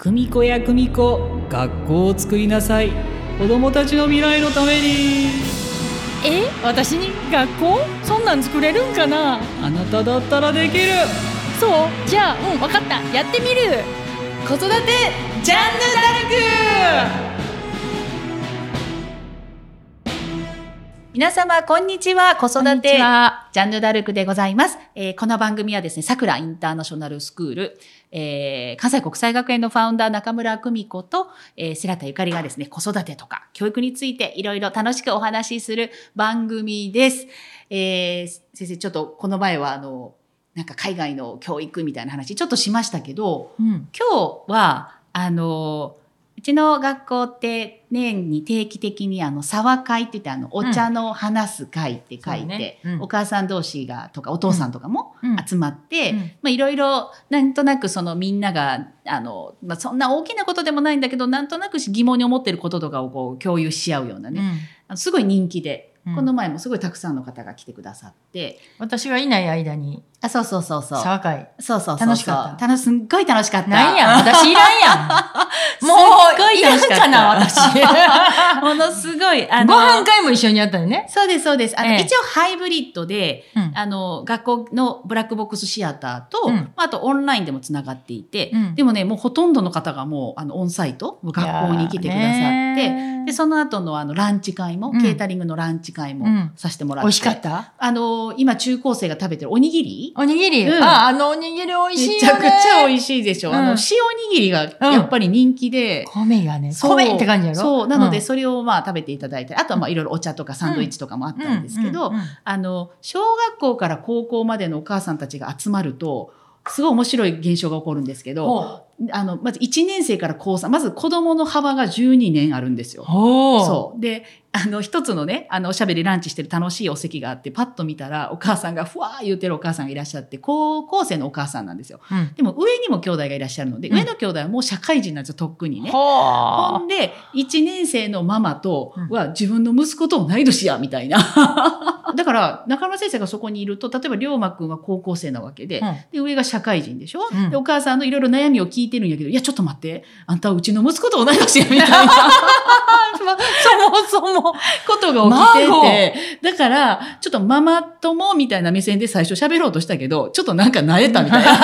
久美子や久美子、学校を作りなさい。子供たちの未来のために。 私に学校？そんなん作れるんかな？ あなただったらできる。 そう？じゃあ分かった、やってみる。 子育てジャンヌ・ダルク。 皆様こんにちは。子育てジジャンヌ・ダルクでございます。この番組はですね、さくらインターナショナルスクール、関西国際学園のファウンダー中村久美子と、白田ゆかりがですね、子育てとか教育についていろいろ楽しくお話しする番組です。先生、ちょっとこの前はなんか海外の教育みたいな話ちょっとしましたけど、今日はうちの学校って年に定期的に沢会って言ってお茶の話す会って書いて、お母さん同士がとかお父さんとかも集まって、いろいろなんとなくみんながそんな大きなことでもないんだけどなんとなく疑問に思ってることとかをこう共有し合うようなね、すごい人気で。この前もすごいたくさんの方が来てくださって、 私がいない間にそう沢会そう楽しかった。 すっごい楽しかった。 なんや私いらんやん。もういらんかな私。 ものすごいご飯会も一緒にやったよね。 そうですそうです。一応ハイブリッドで、学校のブラックボックスシアターと、あとオンラインでもつながっていて、でもねもうほとんどの方がもうオンサイト学校に来てくださって、でその後のランチ会も、ケータリングのランチ会もさせてもらって、 美味しかった？ 今中高生が食べてるおにぎり？ おにぎり？おにぎり美味しいよね。 めちゃくちゃ美味しいでしょ。塩おにぎりがやっぱり人気で。 米がね、米って感じやろ？ そう。なのでそれを食べていただいて、あとはいろいろお茶とかサンドイッチとかもあったんですけど、小学校から高校までのお母さんたちが集まると、すごい面白い現象が起こるんですけど、まず1年生から高3、まず子供の幅が12年あるんですよ。そう。で、一つのね、おしゃべりランチしてる楽しいお席があって、パッと見たら、お母さんがふわー言うてるお母さんがいらっしゃって、高校生のお母さんなんですよ。でも上にも兄弟がいらっしゃるので、上の兄弟はもう社会人なんですよ、とっくにね。ほんで、1年生のママとは自分の息子と同い年や、みたいな。だから、中村先生がそこにいると、例えば、龍馬くんは高校生なわけで、で、上が社会人でしょ、で、お母さんのいろいろ悩みを聞いてるんやけど、いや、ちょっと待って、あんたはうちの息子と同い年や、みたいな。そもそもことが起きてて、だから、ちょっとママ友みたいな目線で最初喋ろうとしたけど、ちょっとなんか萎えたみたいな。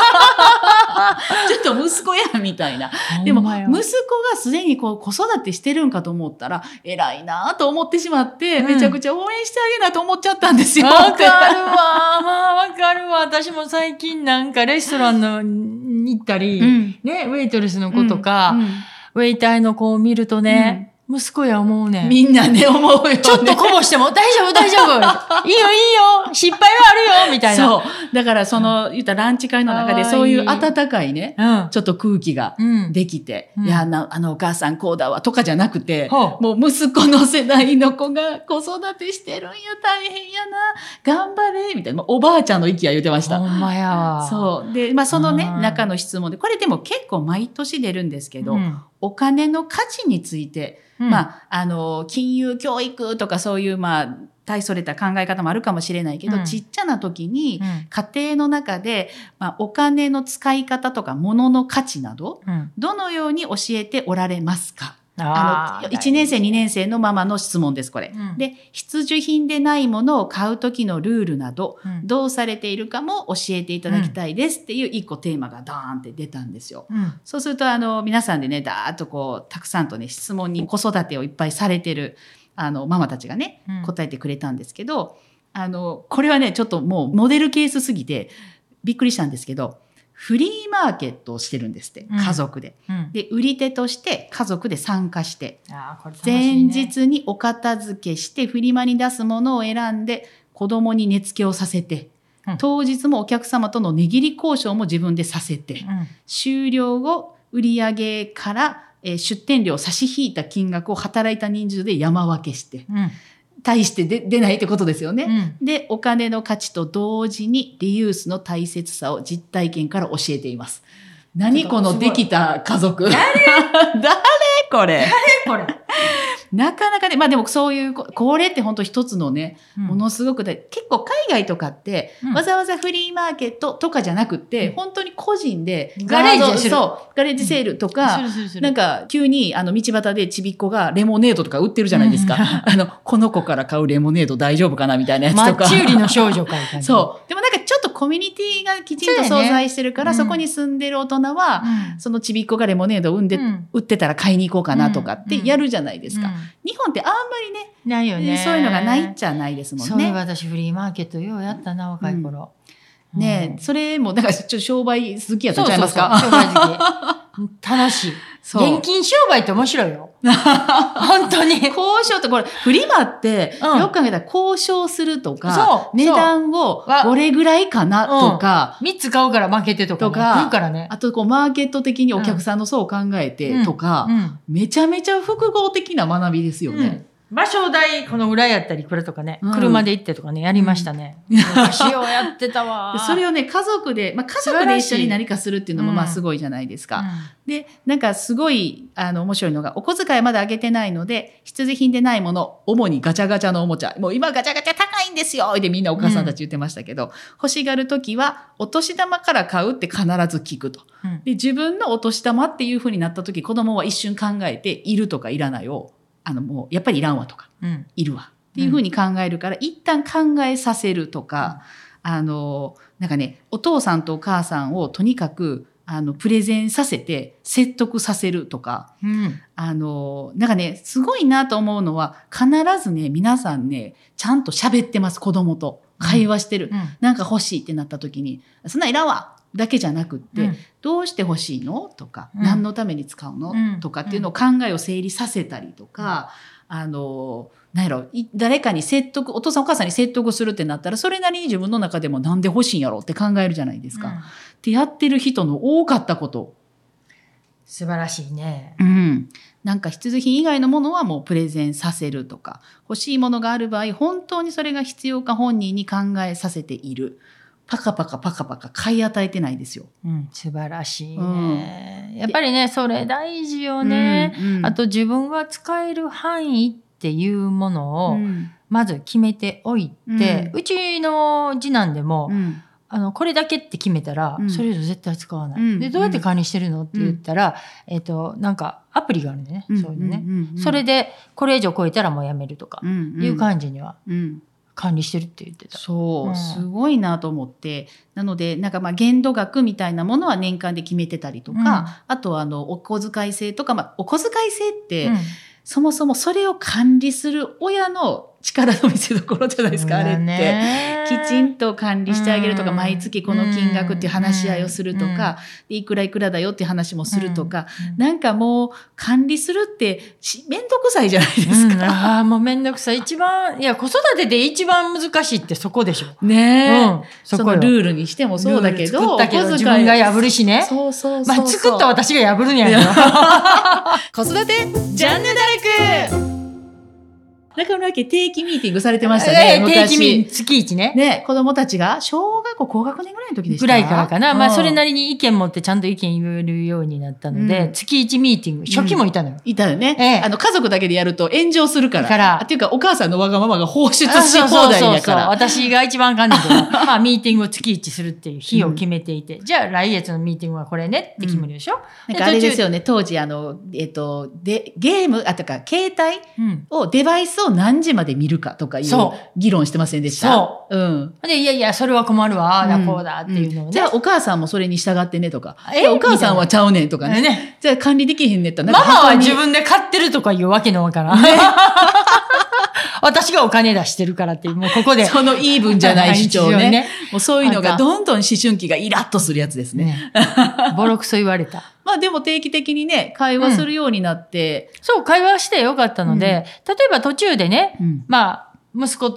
ちょっと息子や、みたいな。でも、息子がすでに子育てしてるんかと思ったら、偉いなと思ってしまって、めちゃくちゃ応援してあげなと思っちゃったんですよ。 わかるわ。わかるわ。私も最近なんかレストランに行ったり、ね、ウェイトレスの子とか、ウェイターの子を見るとね、息子や思うね。 みんなね、思うよね。 ちょっとこぼしても大丈夫。いいよ。失敗はあるよ。みたいな。 そう。だから言ったランチ会の中でそういう温かいね、ちょっと空気ができて、いや、お母さんこうだわとかじゃなくて、もう息子の世代の子が子育てしてるんよ、大変やな、頑張れ、みたいな。おばあちゃんの息は言ってました。 ほんまやわ。 そう。で、そのね、中の質問で、これでも結構毎年出るんですけど、お金の価値について、金融教育とかそういう、大それた考え方もあるかもしれないけど、ちっちゃな時に家庭の中で、お金の使い方とか物の価値など、どのように教えておられますか？1年生、2年生のママの質問です、これ。で、必需品でないものを買う時のルールなど、どうされているかも教えていただきたいですっていう一個テーマがダーンって出たんですよ。そうすると、皆さんでね、ダーッとたくさんとね、質問に子育てをいっぱいされてる、ママたちがね、答えてくれたんですけど、これはね、ちょっともうモデルケースすぎて、びっくりしたんですけど、フリーマーケットをしてるんですって、家族で。で、売り手として家族で参加して、前日にお片付けしてフリマに出すものを選んで子供に値付けをさせて、当日もお客様との値切り交渉も自分でさせて、終了後、売上から出店料を差し引いた金額を働いた人数で山分けして、対して出ないってことですよね、で、お金の価値と同時にリユースの大切さを実体験から教えています。何このできた家族。誰これ。 なかなかね、まあでもそういう、これって本当一つのね、 うんものすごく結構海外とかって、 うんわざわざフリーマーケットとかじゃなくって、本当に個人でガレージでするそう、ガレージセールとか、 するなんか急に道端でちびっこがレモネードとか売ってるじゃないですか。この子から買うレモネード大丈夫かなみたいなやつとか。 マッチ売りの少女かい感じ。 そう。でもなんかちょっとコミュニティがきちんと存在してるから、 そうやねそこに住んでる大人は、 うんそのちびっこがレモネードを売ってたら買いに行こうかなとかってやるじゃないですか。日本ってあんまりね、 ないよね。 そういうのがないっちゃないですもんね。 そういえば私フリーマーケットようやったな、若い頃。 ねえ、それも、だからちょっと商売好きやったんちゃいますか？ そうそうそう商売好き。楽しい。 そう現金商売って面白いよ。本当に。 交渉ってこれ、フリマって、 うんよく考えたら交渉するとかそ、う値段をこれぐらいかなとか、 3つ買うから負けてとかね。 とか来るからね。 あとマーケット的にお客さんの層を考えてとか、めちゃめちゃ複合的な学びですよね。 場所代、この裏やったり、これとかね、 うん車で行ってとかね、やりましたね。昔ようやってたわで。それをね、家族で一緒に何かするっていうのもまあすごいじゃないですか。で、なんかすごい、面白いのが、お小遣いまだ上げてないので、必需品でないもの、主にガチャガチャのおもちゃ。もう今ガチャガチャ高いんですよでみんなお母さんたち言ってましたけど、欲しがるときは、お年玉から買うって必ず聞くと。で、自分のお年玉っていう風になったとき、子供は一瞬考えて、いるとかいらないを、もう、やっぱりいらんわとか、いるわっていう風に考えるから、一旦考えさせるとか、なんかね、お父さんとお母さんをとにかく、プレゼンさせて説得させるとか、なんかね、すごいなと思うのは、必ずね、皆さんね、ちゃんと喋ってます、子供と。会話してる。なんか欲しいってなった時に、そんなんいらんわだけじゃなくって、どうして欲しいのとか、何のために使うのとかっていうのを考えを整理させたりとか、なんやろ、誰かにお父さんお母さんに説得するってなったら、それなりに自分の中でもなんで欲しいんやろって考えるじゃないですか。ってやってる人の多かったこと。 素晴らしいね。 なんか必需品以外のものはもうプレゼンさせるとか、欲しいものがある場合、本当にそれが必要か本人に考えさせている。パカパカ買い与えてないですよ。 素晴らしいね。やっぱりね、それ大事よね。あと自分が使える範囲っていうものを、まず決めておいて、うちの次男でも、これだけって決めたら、それ以上絶対使わない。で、どうやって管理してるのって言ったら、なんかアプリがあるんでね、そういうのね。それで、これ以上超えたらもうやめるとか、いう感じには、管理してるって言ってた。 そう、すごいなと思って。なので、なんか限度額みたいなものは年間で決めてたりとか、あとお小遣い制とか、お小遣い制って、そもそもそれを管理する親の力の見せ所じゃないですか、あれって。きちんと管理してあげるとか、毎月この金額っていう話し合いをするとか、いくらいくらだよっていう話もするとか、なんかもう管理するってめんどくさいじゃないですか。 もうめんどくさい。子育てで一番難しいってそこでしょ。 ねえ。そのルールにしてもそうだけど。 作ったけど自分が破るしね。 そう。 作った私が破るんやけど。 子育てジャンヌダルク中村家定期ミーティングされてましたね。 定期ミーティング、月1ね。 ね、子供たちが小学校高学年ぐらいの時でしたぐらいからかな。それなりに意見持ってちゃんと意見言えるようになったので、月1ミーティング、初期もいたのよ。 いたよね。家族だけでやると炎上するから。っていうか、お母さんのわがままが放出し放題やから。 私が一番あかんねんけど、ミーティングを月1するっていう日を決めていて、じゃあ来月のミーティングはこれねって決めるでしょ。 なんかあれですよね、当時ゲーム、とか、携帯を、デバイスを何時まで見るかとかいう議論してませんでした。 そう。で、いや、それは困るわ、こうだっていうのをね。 じゃあお母さんもそれに従ってねとか。お母さんはちゃうねんとかね。じゃあ管理できへんねったら。 ママは自分で買ってるとかいうわけのわからん。私がお金出してるからっていう、もうここで。 そのイーブンじゃない主張ね。もうそういうのがどんどん思春期がイラッとするやつですね。 ボロクソ言われた。 でも定期的にね、会話するようになって。 そう、会話してよかったので、例えば途中でね、息子と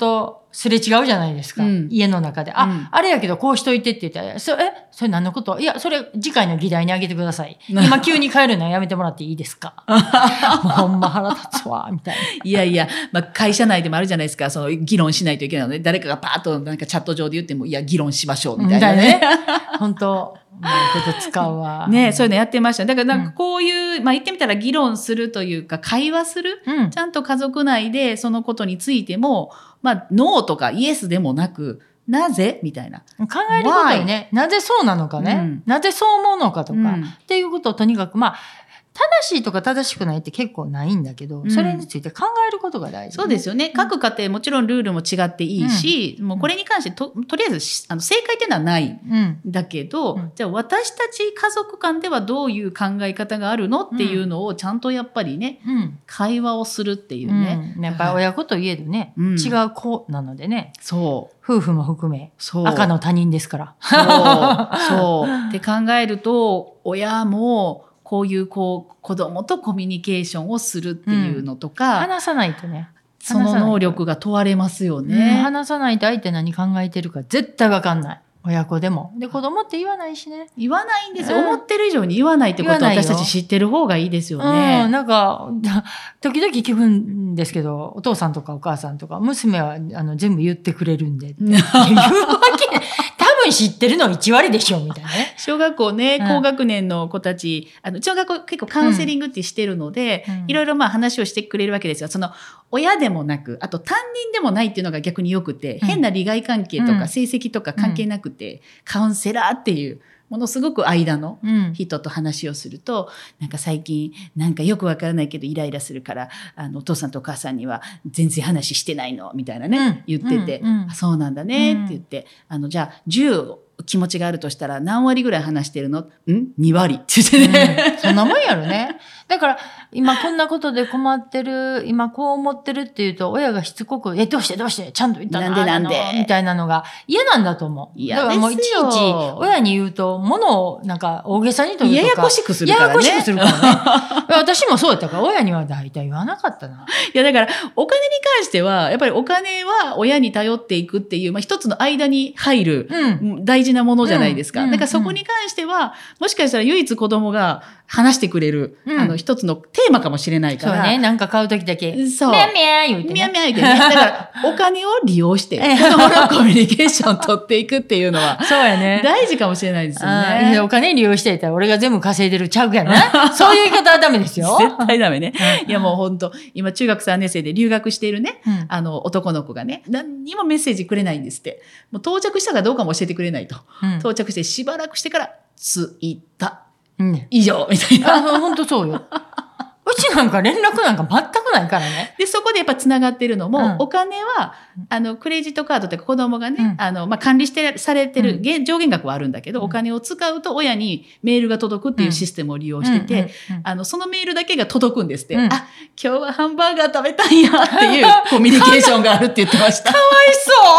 すれ違うじゃないですか。家の中で。あれやけどこうしといてって言ったら、それ何のこと？いや、それ次回の議題にあげてください。今急に帰るのはやめてもらっていいですか？もうほんま腹立つわ、みたいな。 いやいや、会社内でもあるじゃないですか。その議論しないといけないので、誰かがパーッとなんかチャット上で言っても、いや、議論しましょう、みたいなね。 本当もうこと使うわ。 ね、そういうのやってました。だからなんかこういう、言ってみたら議論するというか、会話する、ちゃんと家族内でそのことについても、ノーとかイエスでもなく、なぜみたいな。 考えることよね。なぜそうなのかね。なぜそう思うのかとか、っていうことをとにかく、正しいとか正しくないって結構ないんだけど、それについて考えることが大事、 そうですよね。各家庭もちろんルールも違っていいし、もうこれに関してとりあえず正解っていうのはないんだけど、じゃあ私たち家族間ではどういう考え方があるのっていうのをちゃんとやっぱりね、会話をするっていうね。 やっぱり親子といえどね、違う子なのでね。 そう。 夫婦も含め、赤の他人ですから。 そう。って考えると、親も、こういう子供とコミュニケーションをするっていうのとか、 話さないとね。 その能力が問われますよね。 話さないと相手何考えてるか絶対わかんない。親子でも。で、子供って言わないしね。 言わないんですよ。思ってる以上に言わないってことは私たち知ってる方がいいですよね。 なんか、時々聞くんですけど、お父さんとかお母さんとか、娘は全部言ってくれるんで。言うわけ多分知ってるの1割でしょみたいなね。 小学校ね、高学年の子たち、小学校結構カウンセリングってしてるので、いろいろ話をしてくれるわけですよ。その、親でもなく、あと担任でもないっていうのが逆によくて、変な利害関係とか成績とか関係なくて、カウンセラーっていう、ものすごく間の人と話をすると、なんか最近なんかよくわからないけどイライラするからお父さんとお母さんには全然話してないのみたいなね、言ってて、そうなんだねって言って、じゃあ10気持ちがあるとしたら何割ぐらい話してるの？2割って言ってね、 そんなもんやろね。だから今こんなことで困ってる、今こう思ってるっていうと親がしつこくどうしてちゃんと言ったのなんでみたいなのが嫌なんだと思う。だからもういちいち親に言うと物をなんか大げさにというかややこしくするからね。 ややこしくするからね。私もそうやったから親には大体言わなかったな。 いやだからお金に関してはやっぱりお金は親に頼っていくっていう、一つの間に入る大事なものじゃないですか。だからそこに関してはもしかしたら唯一子供が話してくれる、一つのテーマかもしれないから。 そうね。なんか買うときだけ。 そう。 ミャンミャン言うてね。 ミャンミャン言うてね。だから、お金を利用して、子供のコミュニケーションを取っていくっていうのは、 そうやね。 大事かもしれないですよね。 お金利用していたら俺が全部稼いでるちゃうやな。そういう言い方はダメですよ。 絶対ダメね。いやもう本当今中学3年生で留学しているね、男の子がね、何にもメッセージくれないんですって。もう到着したかどうかも教えてくれないと。到着してしばらくしてから、着いた。以上みたいな。 本当そうよ。うちなんか連絡なんか全くないからね。 で、そこでやっぱ繋がってるのも、お金は、クレジットカードとか子供がね、管理されてる、上限額はあるんだけど、お金を使うと親にメールが届くっていうシステムを利用してて、そのメールだけが届くんですって。あ、今日はハンバーガー食べたんやっていうコミュニケーションがあるって言ってました。 かわい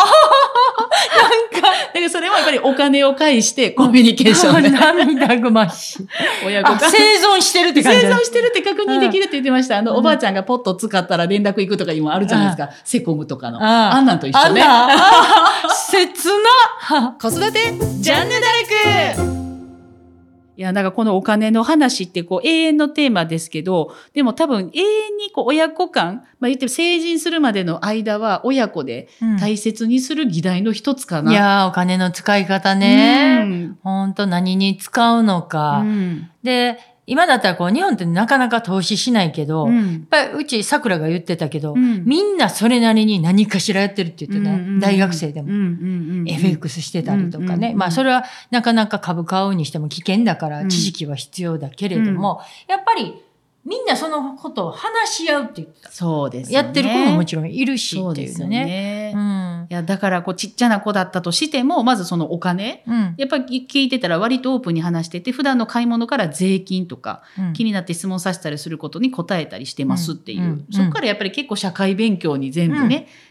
そうだからそれはやっぱりお金を介してコミュニケーションで。 涙ぐましい。 親子が。 生存してるって感じ。 生存してるって確認できるって言ってました。おばあちゃんがポット使ったら連絡行くとか今あるじゃないですか。セコムとかの。あんなんと一緒ね。 切な。 子育てジャンヌダルク。いや、だからこのお金の話って永遠のテーマですけど、でも多分永遠に親子間、言って成人するまでの間は親子で大切にする議題の一つかな。 いやー、お金の使い方ね。本当何に使うのか。で、今だったら日本ってなかなか投資しないけど、やっぱりうち桜が言ってたけど、みんなそれなりに何かしらやってるって言ってね、大学生でも、FX してたりとかね。それはなかなか株買うにしても危険だから知識は必要だけれども、やっぱりみんなそのことを話し合うって言った。 そうですね。 やってる子ももちろんいるしっていうのね。 いや、だからちっちゃな子だったとしても、まずそのお金、やっぱり聞いてたら割とオープンに話してて、普段の買い物から税金とか、気になって質問させたりすることに答えたりしてますっていう。そこからやっぱり結構社会勉強に全部ね、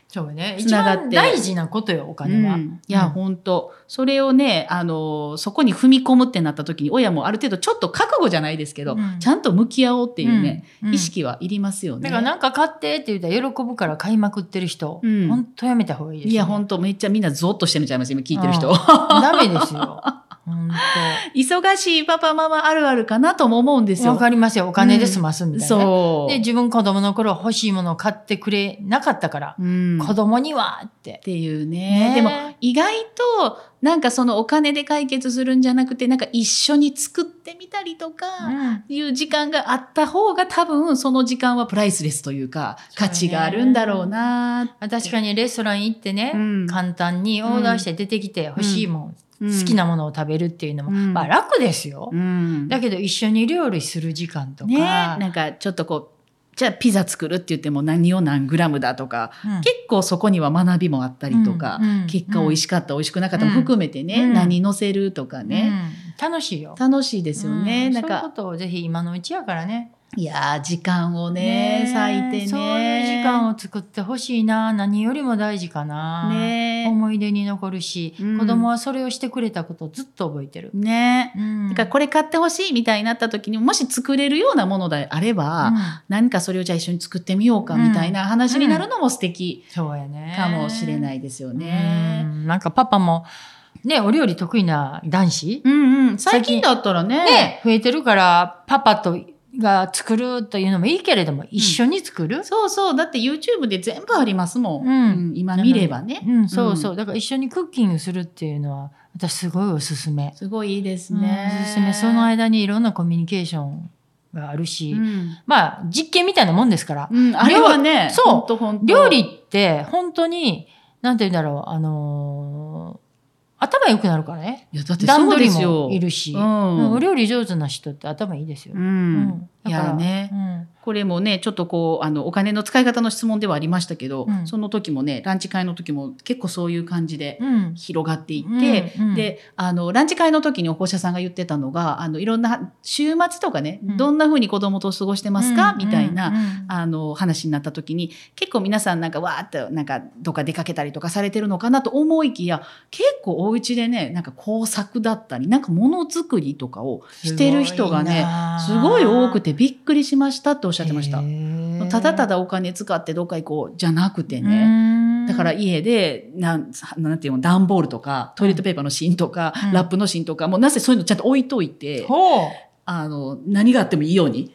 そうね。 つながって一番大事なことよ、お金は。 いや、本当それをね、そこに踏み込むってなった時に、親もある程度ちょっと覚悟じゃないですけど、ちゃんと向き合おうっていうね、意識はいりますよね。 だからなんか買ってって言ったら喜ぶから買いまくってる人、本当やめた方がいいですね。 いや、本当めっちゃみんなゾッとしてるんちゃいます、今聞いてる人。 ダメですよ。 忙しいパパママあるあるかなとも思うんですよ。 わかりますよ。お金で済ますみたいな、ねそう。 で、自分子供の頃欲しいものを買ってくれなかったから、子供にはって。 っていうね。でも意外となんかそのお金で解決するんじゃなくて、なんか一緒に作ってみたりとかいう時間があった方が多分その時間はプライスレスというか価値があるんだろうな。 確かにレストラン行ってね、簡単にオーダーして出てきて欲しいもん。好きなものを食べるっていうのも、まあ楽ですよ、だけど一緒に料理する時間とか、ね、 なんかちょっとこうじゃあピザ作るって言っても何を何グラムだとか、結構そこには学びもあったりとか、結果美味しかった美味しくなかったも含めてね、何乗せるとかね、 楽しいよ。 楽しいですよね。 なんかそういうことをぜひ今のうちやからね。 いやー、時間をね、割いてね。 そういう時間を作ってほしいな。何よりも大事かな。思い出に残るし、子供はそれをしてくれたことをずっと覚えてる。 ね。だからこれ買ってほしいみたいになった時に、もし作れるようなものであれば、何かそれをじゃあ一緒に作ってみようかみたいな話になるのも素敵かもしれないですよね。 なんかパパも、ね、お料理得意な男子、 最近だったらね、 増えてるから、パパと、が作るというのもいいけれども、一緒に作る、 そうそう。だって YouTube で全部ありますもん。今見ればね。 そうそう。だから一緒にクッキングするっていうのは、私すごいおすすめ。 すごいいいですね。 おすすめ。その間にいろんなコミュニケーションがあるし、まあ、実験みたいなもんですから。 あれはね、 そう。料理って本当に、なんて言うんだろう、頭良くなるからね。 いや、だってそうですよ。 段取りもいるし、お料理上手な人って頭いいですよ。 いやね、これもね、ちょっとこう、お金の使い方の質問ではありましたけど、その時もね、ランチ会の時も結構そういう感じで広がっていって、で、ランチ会の時にお子者さんが言ってたのが、いろんな週末とかね、どんな風に子供と過ごしてますか、みたいな、話になった時に、結構皆さんなんかわーっとなんかどっか出かけたりとかされてるのかなと思いきや、結構お家でね、なんか工作だったり、なんかものづくりとかをしてる人がね、すごい多くてびっくりしましたっておっしゃってました。ただただお金使ってどっか行こうじゃなくてね。だから家で、なんていうの、段ボールとか、トイレットペーパーの芯とか、ラップの芯とか、もうなぜそういうのちゃんと置いといて、何があってもいいように。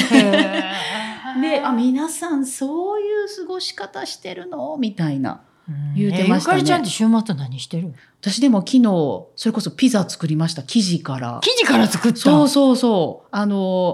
で、皆さんそういう過ごし方してるのみたいな。言うてましたね。 ゆかりちゃんって週末何してる？ 私でも昨日、それこそピザ作りました。生地から。 生地から作った？ そうそうそう。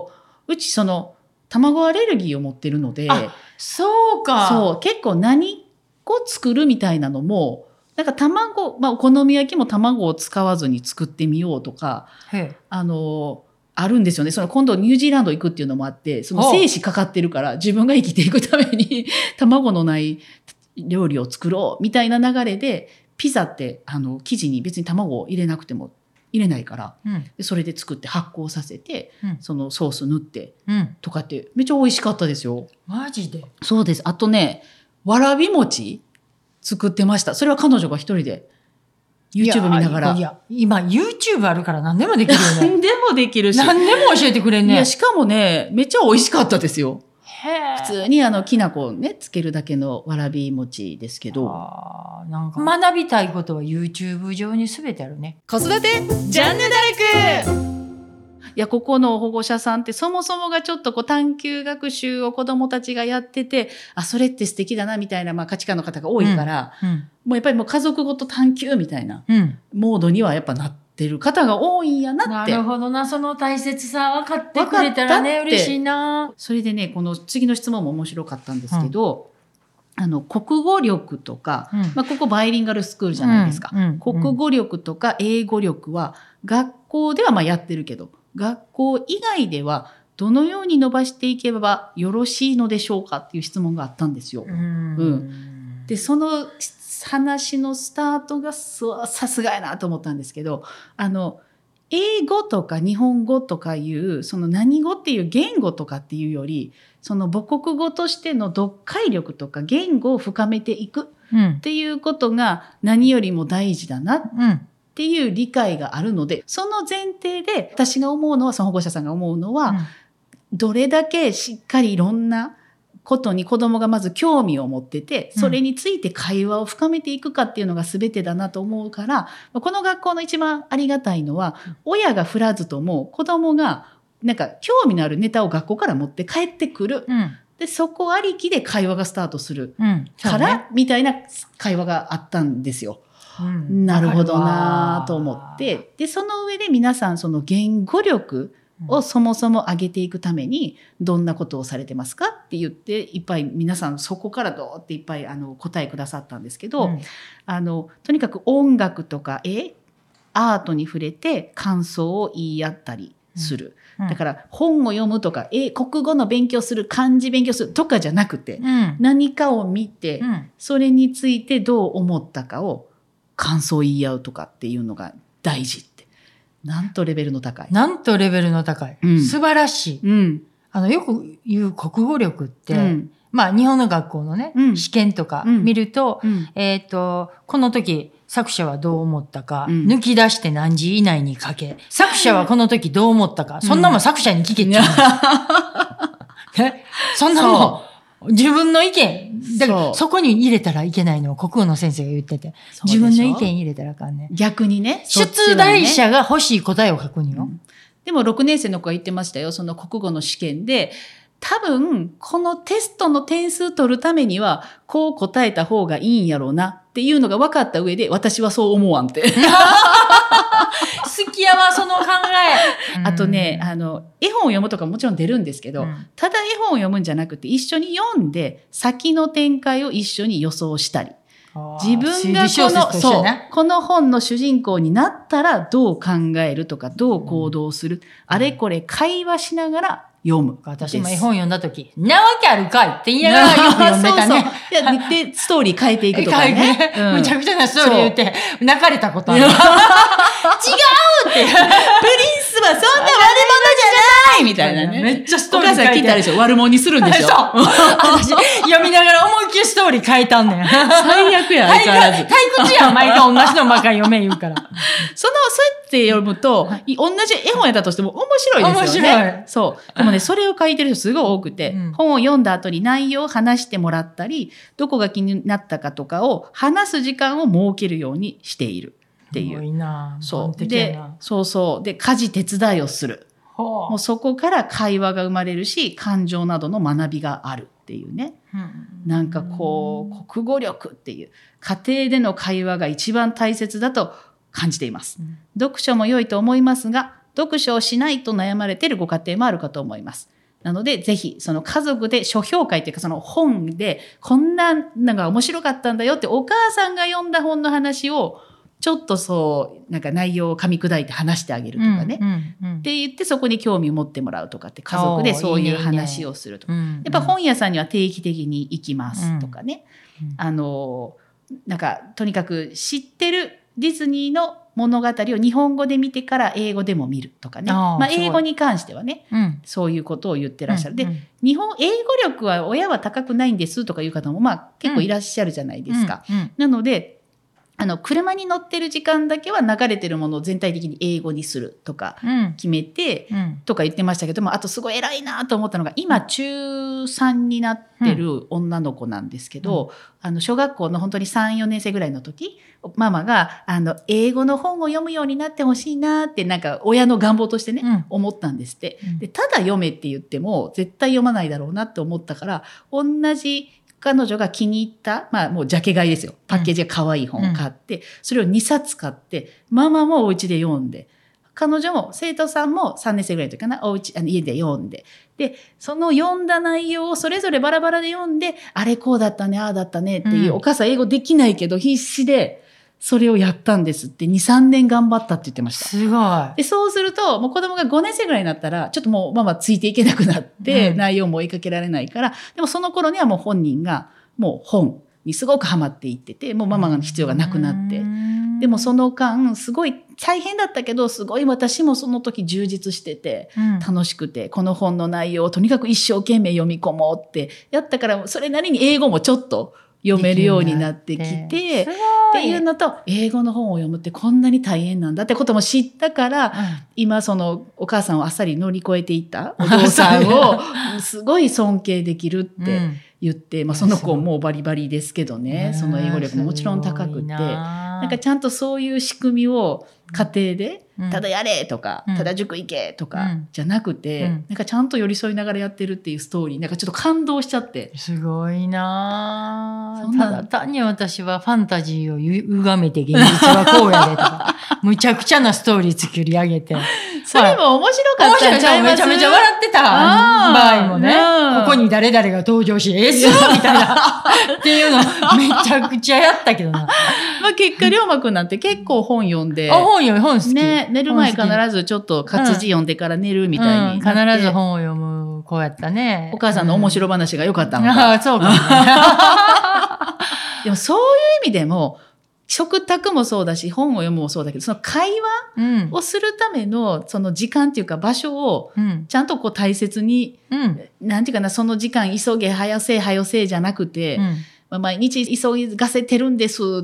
うち卵アレルギーを持ってるので。 そうか。 そう。結構何個作るみたいなのも、なんかお好み焼きも卵を使わずに作ってみようとか、あるんですよね。今度ニュージーランド行くっていうのもあって、生死かかってるから、自分が生きていくために卵のない料理を作ろうみたいな流れで、ピザって生地に別に卵を入れなくても入れないから、でそれで作って発酵させて、そのソース塗って、とかってめっちゃ美味しかったですよ。 マジで？ そうです。あとね、わらび餅作ってました。それは彼女が一人で YouTube 見ながら。 いや、今 YouTube あるから何でもできるよね。 何でもできるし。 何でも教えてくれんね。 いや、しかもね、めっちゃ美味しかったですよ。普通にきな粉をね、つけるだけのわらび餅ですけど。 なんか学びたいことは YouTube 上に全てあるね。 子育てジャンヌダルク。いや、ここの保護者さんってそもそもがちょっと探究学習を子どもたちがやってて、それって素敵だなみたいな、価値観の方が多いから、もうやっぱりもう家族ごと探究みたいな、モードにはやっぱなってる方が多いんやなって。 なるほどな、その大切さ分かってくれたらね、嬉しいな。 それでね、この次の質問も面白かったんですけど、国語力とか、ここバイリンガルスクールじゃないですか。国語力とか英語力は学校ではやってるけど、学校以外ではどのように伸ばしていけばよろしいのでしょうかっていう質問があったんですよ。で、その話のスタートがさすがやなと思ったんですけど、 英語とか日本語とかいうその何語っていう言語とかっていうより、その母国語としての読解力とか言語を深めていくっていうことが何よりも大事だなっていう理解があるので、その前提で私が思うのは、その保護者さんが思うのは、どれだけしっかりいろんなことに子供がまず興味を持ってて、それについて会話を深めていくかっていうのが全てだなと思うから、この学校の一番ありがたいのは、親が振らずとも子供がなんか興味のあるネタを学校から持って帰ってくる。で、そこありきで会話がスタートするから、みたいな会話があったんですよ。なるほどなと思って。で、その上で皆さんその言語力をそもそも上げていくためにどんなことをされてますかって言って、いっぱい皆さんそこからどうっていっぱい答えくださったんですけど、とにかく音楽とかアートに触れて感想を言い合ったりする。だから本を読むとか国語の勉強する、漢字勉強するとかじゃなくて、何かを見て、それについてどう思ったかを感想を言い合うとかっていうのが大事って。なんとレベルの高い。 なんとレベルの高い。素晴らしい。よく言う国語力って、まあ日本の学校のね、試験とか見ると、この時作者はどう思ったか、抜き出して何時以内に書け。作者はこの時どう思ったか、そんなもん作者に聞けって言うね。そんなもん、自分の意見。だからそこに入れたらいけないのを国語の先生が言ってて、自分の意見入れたらあかんね。 逆にね。 出題者が欲しい答えを書くによ。 でも6年生の子が言ってましたよ。その国語の試験で、多分このテストの点数取るためにはこう答えた方がいいんやろうなっていうのが分かった上で、私はそう思わんって。 好きやわ、その考え。 あとね、絵本を読むとかもちろん出るんですけど、ただ絵本を読むんじゃなくて、一緒に読んで先の展開を一緒に予想したり。自分がこの本の主人公になったらどう考えるとか、どう行動する。あれこれ会話しながら読む。 私も絵本読んだとき、なわけあるかいって言いながら読んでたね。 で、ストーリー変えていくとかね。 むちゃくちゃなストーリー言って、泣かれたことある。違うって。 プリンスはそんな悪者じゃないみたいなね。 めっちゃストーリーお母さん聞いたでしょ。悪者にするんでしょ。 そう。私、読みながら思いっきりストーリー変えたんねん。 最悪や、相変わらず。 退屈やん、毎回同じのばっかり読め言うから。 そうやって読むと、同じ絵本やったとしても面白いですよね。面白い。そう。でもね、それを書いてる人すごい多くて、本を読んだ後に内容を話してもらったり、どこが気になったかとかを話す時間を設けるようにしているっていう。 すごいな。 そう。で、で、家事手伝いをする。もうそこから会話が生まれるし、感情などの学びがあるっていうね。なんかこう、国語力っていう、家庭での会話が一番大切だと感じています。読書も良いと思いますが、読書をしないと悩まれているご家庭もあるかと思います。なので、ぜひ、その家族で書評会というか、その本で、こんなのが面白かったんだよって、お母さんが読んだ本の話を、ちょっとなんか内容を噛み砕いて話してあげるとかね。って言って、そこに興味を持ってもらうとかって、家族でそういう話をするとか。やっぱ本屋さんには定期的に行きますとかね。なんか、とにかく知ってるディズニーの物語を日本語で見てから英語でも見るとかね。英語に関してはね、そういうことを言ってらっしゃる。で、英語力は親は高くないんですとかいう方も結構いらっしゃるじゃないですか。なので、車に乗ってる時間だけは流れてるものを全体的に英語にするとか決めて、とか言ってましたけども、あとすごい偉いなと思ったのが、今中3になってる女の子なんですけど、小学校の本当に3、4年生ぐらいの時、ママが、英語の本を読むようになってほしいなって、なんか親の願望としてね、思ったんですって。で、ただ読めって言っても、絶対読まないだろうなって思ったから、同じ彼女が気に入った、もうジャケ買いですよ。パッケージが可愛い本を買って、それを2冊買って、ママもお家で読んで、彼女も、生徒さんも3年生ぐらいの時かな、家で読んで。で、その読んだ内容をそれぞれバラバラで読んで、あれこうだったね、ああだったねっていう、お母さん英語できないけど必死で、それをやったんですって、2、3年頑張ったって言ってました。 すごい。 で、そうすると、もう子供が5年生ぐらいになったら、ちょっともうママついていけなくなって、内容も追いかけられないから、でもその頃にはもう本人が、もう本にすごくハマっていってて、もうママが必要がなくなって。 でもその間すごい大変だったけど、すごい私もその時充実してて、楽しくて、この本の内容をとにかく一生懸命読み込もうってやったから、それなりに英語もちょっと読めるようになってきて、っていうのと、英語の本を読むってこんなに大変なんだってことも知ったから、今そのお母さんをあっさり乗り越えていったお父さんをすごい尊敬できるって言って、その子もうバリバリですけどね、その英語力ももちろん高くって、なんかちゃんとそういう仕組みを家庭で、ただやれとか、ただ塾行けとかじゃなくて、なんかちゃんと寄り添いながらやってるっていうストーリー、なんかちょっと感動しちゃって。 すごいなぁ。ただ単に私はファンタジーを歪めて現実はこうやでとか、むちゃくちゃなストーリー作り上げて。 それも面白かったんちゃいます？ めちゃめちゃ笑ってた場合もね、ここに誰々が登場し、みたいな、っていうのめちゃくちゃやったけどな。 結果、龍馬くんなんて結構本読んで。 本好き。 ね、寝る前必ずちょっと活字読んでから寝るみたいに必ず本を読む子やったね。 お母さんの面白話が良かったのか。 そうかもね。 でもそういう意味でも、食卓もそうだし、本を読むもそうだけど、その会話をするための、その時間っていうか場所を、ちゃんとこう大切に、なんていうかな、その時間急げ、早せじゃなくて、毎日急がせてるんですって、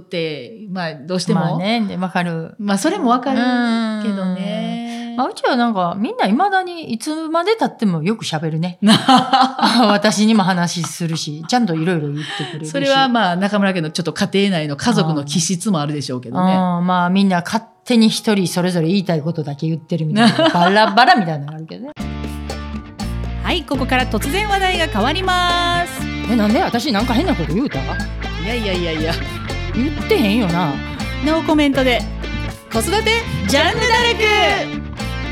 どうしても。 ね、わかる。 それもわかるけどね。 うちはなんか、みんな未だにいつまで経ってもよく喋るね。私にも話するし、ちゃんといろいろ言ってくれるし。 それは中村家のちょっと家庭内の家族の気質もあるでしょうけどね。 みんな勝手に一人それぞれ言いたいことだけ言ってるみたいな。バラバラみたいなのがあるけどね。 はい、ここから突然話題が変わります。 なんで私なんか変なこと言うた？ いや。 言ってへんよな。 ノーコメントで子育てジャンヌダルク。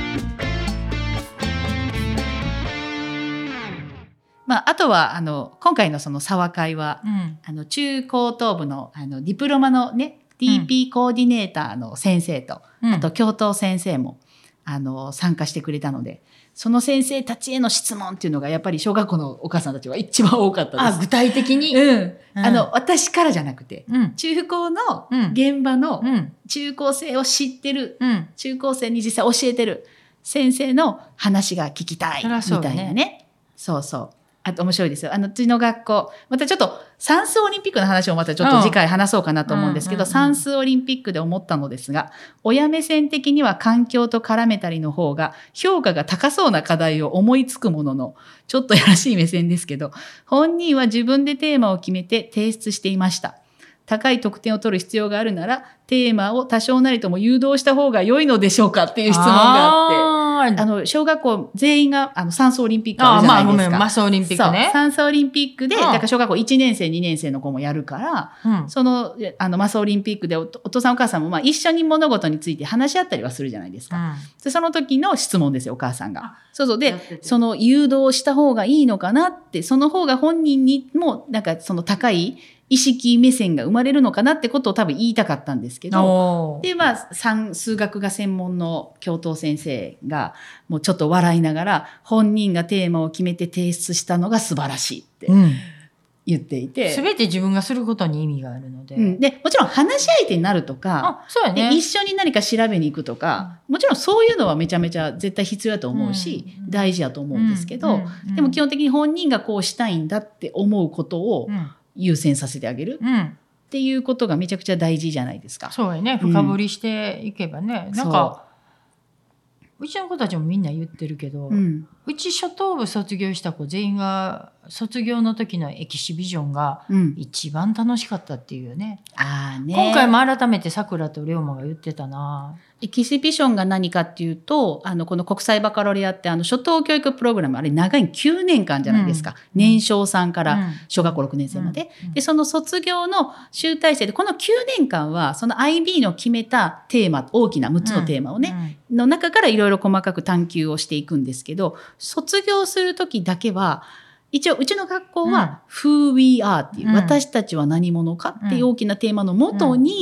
あとは今回のその沢会は、中高等部のディプロマのね DP コーディネーターの先生と、あと教頭先生も参加してくれたので、その先生たちへの質問っていうのがやっぱり小学校のお母さんたちは一番多かったです。 具体的に、 私からじゃなくて、中高の現場の中高生を知ってる、中高生に実際教えてる先生の話が聞きたいみたいなね。そうそう。あと面白いですよ。うちの学校、またちょっと算数オリンピックの話をまたちょっと次回話そうかなと思うんですけど、算数オリンピックで思ったのですが、親目線的には環境と絡めたりの方が評価が高そうな課題を思いつくものの、ちょっとやらしい目線ですけど、本人は自分でテーマを決めて提出していました。高い得点を取る必要があるなら、テーマを多少なりとも誘導した方が良いのでしょうかっていう質問があって、小学校全員が算数オリンピックあるじゃないですか。 マスオリンピックね。 算数オリンピックで、だから小学校1年生、2年生の子もやるから、その、マスオリンピックでお父さんお母さんも一緒に物事について話し合ったりはするじゃないですか。でその時の質問ですよ、お母さんが。で、その誘導した方がいいのかなって、その方が本人にも、なんかその高い意識目線が生まれるのかなってことを多分言いたかったんですけど、で、数学が専門の教頭先生が、もうちょっと笑いながら、本人がテーマを決めて提出したのが素晴らしいって言っていて。 すべて自分がすることに意味があるので。 で、もちろん話し相手になるとか、 そうやね、 で一緒に何か調べに行くとか、もちろんそういうのはめちゃめちゃ絶対必要だと思うし、大事だと思うんですけど、でも基本的に本人がこうしたいんだって思うことを、優先させてあげるっていうことがめちゃくちゃ大事じゃないですか。 そうやね。深掘りしていけばね。なんか、うちの子たちもみんな言ってるけど、うち初等部卒業した子全員が卒業の時のエキシビジョンが一番楽しかったっていうね。今回も改めてさくらと龍馬が言ってたな。 エキシビションが何かっていうと、この国際バカロレアって初等教育プログラム、あれ長い9年間じゃないですか。年少さんから小学校6年生まで。で、その卒業の集大成で、この9年間は、その IB の決めたテーマ、大きな6つのテーマをね、の中からいろいろ細かく探求をしていくんですけど、卒業するときだけは、一応、うちの学校は、Who We Are っていう、私たちは何者かっていう大きなテーマのもとに、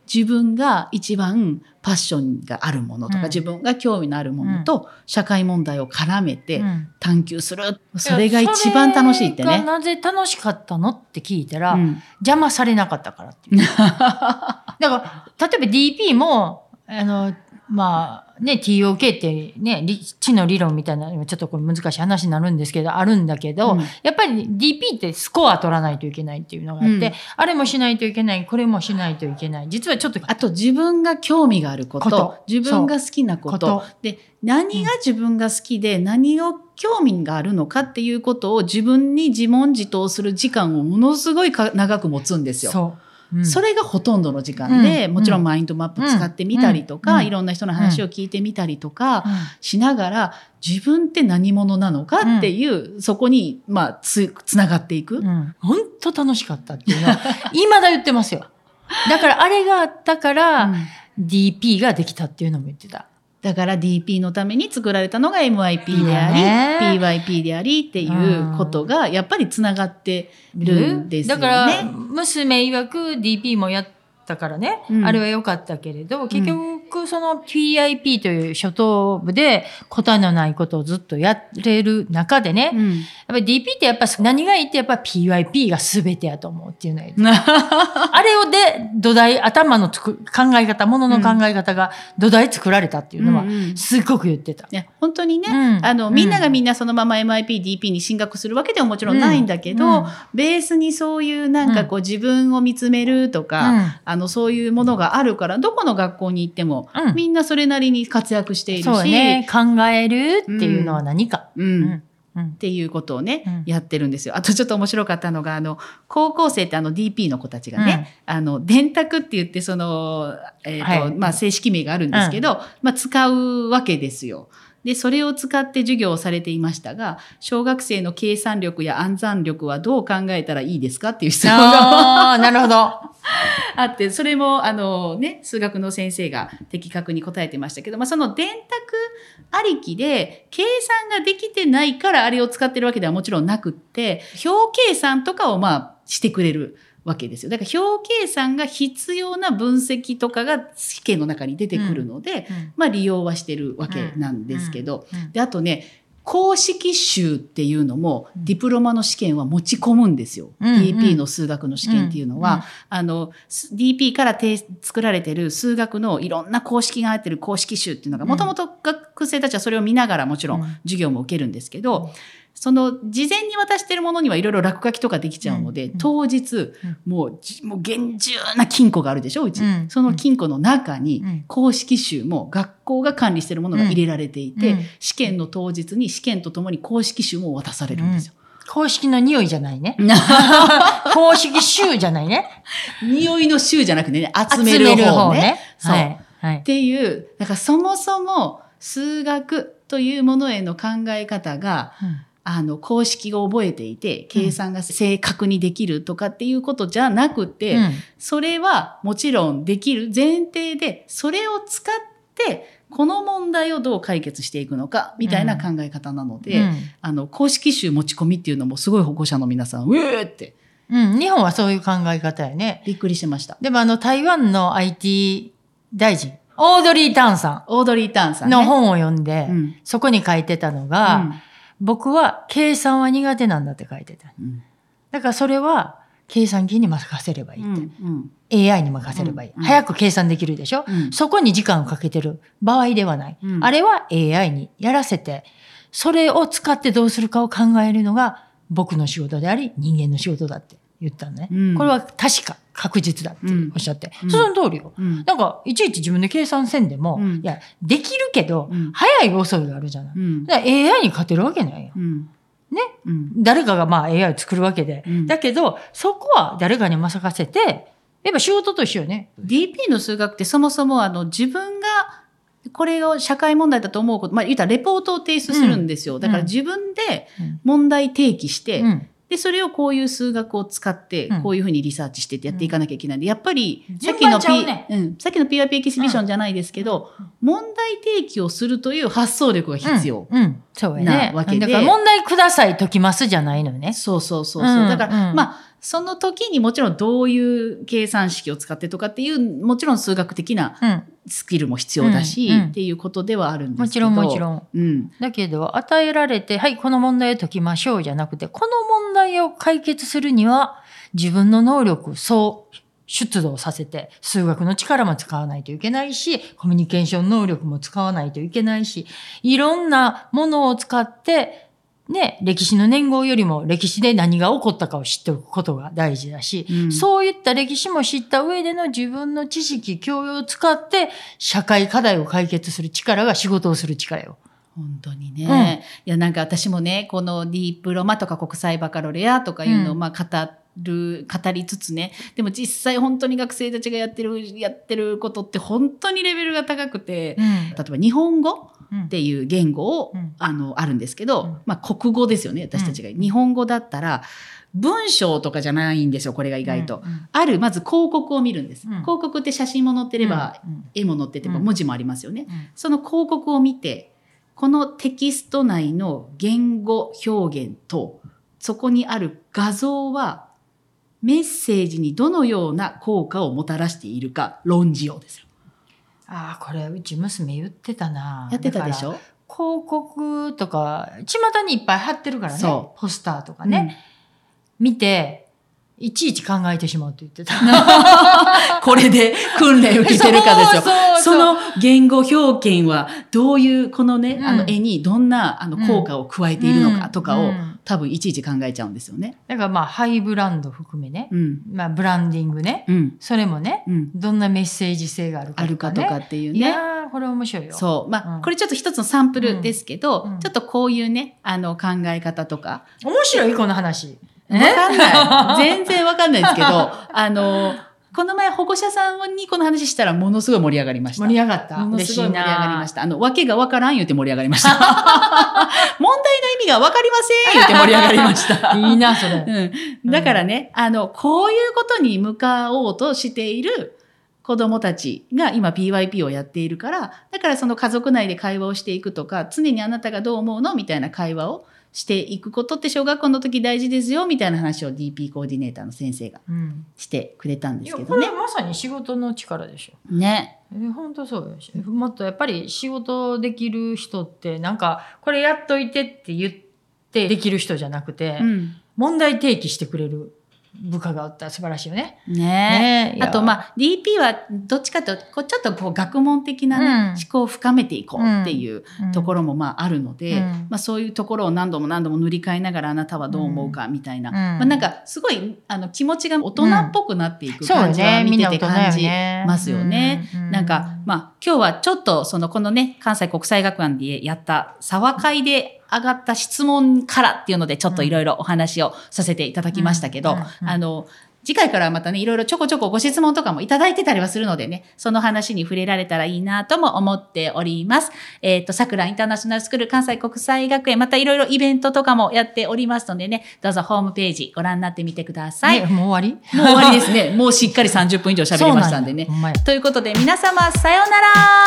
自分が一番パッションがあるものとか、自分が興味のあるものと社会問題を絡めて探求する。それが一番楽しいってね。 それがなぜ楽しかったのって聞いたら、邪魔されなかったからっていう。だから、例えば DP も、まあね、TOK ってね、知の理論みたいな、ちょっとこれ難しい話になるんですけど、あるんだけど、やっぱり DP ってスコア取らないといけないっていうのがあって、あれもしないといけない、これもしないといけない。実はちょっと。 あと自分が興味があること、自分が好きなこと。で、何が自分が好きで、何を興味があるのかっていうことを自分に自問自答する時間をものすごい長く持つんですよ。 そう。 それがほとんどの時間で、もちろんマインドマップ使ってみたりとか、いろんな人の話を聞いてみたりとかしながら、自分って何者なのかっていう、そこに、まあ、つながっていく。 本当楽しかったっていうのは、未だ言ってますよ。だからあれがあったから、DP ができたっていうのも言ってた。 だから DP のために作られたのが MYP であり、PYP でありっていうことがやっぱりつながってるんですよね。 だから娘曰く DP もやったからね、あれは良かったけれど、結局その PIP という初等部で答えのないことをずっとやれる中でね、やっぱり DP ってやっぱ何がいいってやっぱ PYP が全てやと思うっていうのはあれをで土台、頭の考え方、ものの考え方が土台作られたっていうのはすっごく言ってた。 いや本当にね、みんながみんなそのまま MIP、DP に進学するわけではもちろんないんだけど、ベースにそういうなんかこう自分を見つめるとか、そういうものがあるから、どこの学校に行っても、みんなそれなりに活躍しているし、 そうね、考えるっていうのは何か。 っていうことをね、やってるんですよ。あとちょっと面白かったのが、高校生って DP の子たちがね、電卓って言って、その、まあ、正式名があるんですけど、まあ、使うわけですよ。で、それを使って授業をされていましたが、小学生の計算力や暗算力はどう考えたらいいですかっていう質問がなるほど。 あって、それもね、数学の先生が的確に答えてましたけど、まあ、その電卓ありきで計算ができてないからあれを使ってるわけではもちろんなくって、表計算とかをまあしてくれるわけですよ。だから表計算が必要な分析とかが試験の中に出てくるので、まあ利用はしてるわけなんですけど、で、あとね、公式集っていうのもディプロマの試験は持ち込むんですよ。DP の数学の試験っていうのは、DP から作られてる数学のいろんな公式が入ってる公式集っていうのが、もともと学生たちはそれを見ながらもちろん授業も受けるんですけど、その事前に渡してるものにはいろいろ落書きとかできちゃうので、当日もう厳重な金庫があるでしょ、うち。その金庫の中に公式集も学校が管理してるものが入れられていて、試験の当日に試験とともに公式集も渡されるんですよ。 公式の匂いじゃないね。公式集じゃないね。 匂いの集じゃなくてね、集める方ね。そう。っていう、だからそもそも数学というものへの考え方が、公式を覚えていて、計算が正確にできるとかっていうことじゃなくて、それはもちろんできる前提で、それを使って、この問題をどう解決していくのか、みたいな考え方なので、公式集持ち込みっていうのもすごい保護者の皆さん、うえーって。 日本はそういう考え方やね。 びっくりしました。 でも台湾の IT 大臣、オードリー・タンさんの本を読んで、そこに書いてたのが、僕は計算は苦手なんだって書いてた。だからそれは計算機に任せればいいって。AI に任せればいい。早く計算できるでしょ、そこに時間をかけてる場合ではない。あれは AI にやらせて、それを使ってどうするかを考えるのが僕の仕事であり、人間の仕事だって言ったのね。これは確か。確実だっておっしゃって。その通りよ。なんか、いちいち自分で計算せんでも、いや、できるけど、早い遅いがあるじゃない。だから AI に勝てるわけないよ。ね、誰かがまあ AI を作るわけで。だけど、そこは誰かに任せて、やっぱ仕事と一緒よね。 DP の数学ってそもそも自分が、これを社会問題だと思うこと、まあ言ったらレポートを提出するんですよ。だから自分で問題提起して、で、それをこういう数学を使って、こういうふうにリサーチしてってやっていかなきゃいけないんで、やっぱり、さっきの PIP エキシビションじゃないですけど、問題提起をするという発想力が必要そうやね。 なわけで。 だから問題ください解きますじゃないのよね。 そう。だから、まあ、 その時にもちろんどういう計算式を使ってとかっていう、もちろん数学的なスキルも必要だし、っていうことではあるんですけど。 もちろん。だけど、与えられて、はい、この問題を解きましょうじゃなくて、この問題を解決するには、自分の能力、出動させて、数学の力も使わないといけないし、コミュニケーション能力も使わないといけないし、いろんなものを使って、ね、歴史の年号よりも歴史で何が起こったかを知っておくことが大事だし、そういった歴史も知った上での自分の知識、教養を使って、社会課題を解決する力が仕事をする力よ。 本当にね。いや、なんか私もね、このディープロマとか国際バカロレアとかいうのを語りつつね、でも実際本当に学生たちがやってることって本当にレベルが高くて、例えば日本語っていう言語を、あるんですけど、国語ですよね、私たちが。日本語だったら、文章とかじゃないんですよ、これが意外と。まず広告を見るんです。広告って写真も載ってれば、絵も載ってれば、文字もありますよね。その広告を見て、このテキスト内の言語表現と、そこにある画像は、メッセージにどのような効果をもたらしているか論じようですよ。 ああ、これうち娘言ってたな。 やってたでしょ。 広告とか巷にいっぱい貼ってるからね。ポスターとかね、見ていちいち考えてしまうって言ってた。 これで訓練受けてるかですよ。その言語表現はどういうこのね、絵にどんな効果を加えているのかとかを、多分いちいち考えちゃうんですよね。 だからハイブランド含めね、ブランディングね、それもね、どんなメッセージ性があるかとかっていうね。いやー、これ面白いよ。 そう。これちょっと一つのサンプルですけど、ちょっとこういうね、考え方とか。 面白いこの話。 わかんない。全然わかんないですけど、この前保護者さんにこの話したらものすごい盛り上がりました。 盛り上がった。 ものすごい盛り上がりました。わけがわからん言うて盛り上がりました。問題の意味がわかりません言うて盛り上がりました。 いいな、それ。 だからね、こういうことに向かおうとしている子供たちが今 PYP をやっているから、だからその家族内で会話をしていくとか、常にあなたがどう思うのみたいな会話をしていくことって小学校の時大事ですよみたいな話を DP コーディネーターの先生がしてくれたんですけどね。 これはまさに仕事の力でしょ。 ね。 本当そうよ。もっとやっぱり仕事できる人ってなんかこれやっといてって言ってできる人じゃなくて、問題提起してくれる部下があったら素晴らしいよね。 ねえ。あとDP はどっちかというとちょっと学問的なね、思考を深めていこうっていうところもあるので、そういうところを何度も塗り替えながらあなたはどう思うかみたいな、なんかすごい気持ちが大人っぽくなっていく感じは見てて感じますよね。なんか今日はちょっとこのね関西国際学園でやった沢会で上がった質問からっていうのでちょっといろいろお話をさせていただきましたけど、次回からはまたねいろいろちょこちょこご質問とかもいただいてたりはするのでね、その話に触れられたらいいなとも思っております。桜インターナショナルスクール関西国際学園またいろいろイベントとかもやっておりますのでね、どうぞホームページご覧になってみてください。 もう終わり？ もう終わりですね。もうしっかり30分以上喋りましたんでね。ということで皆様さようなら。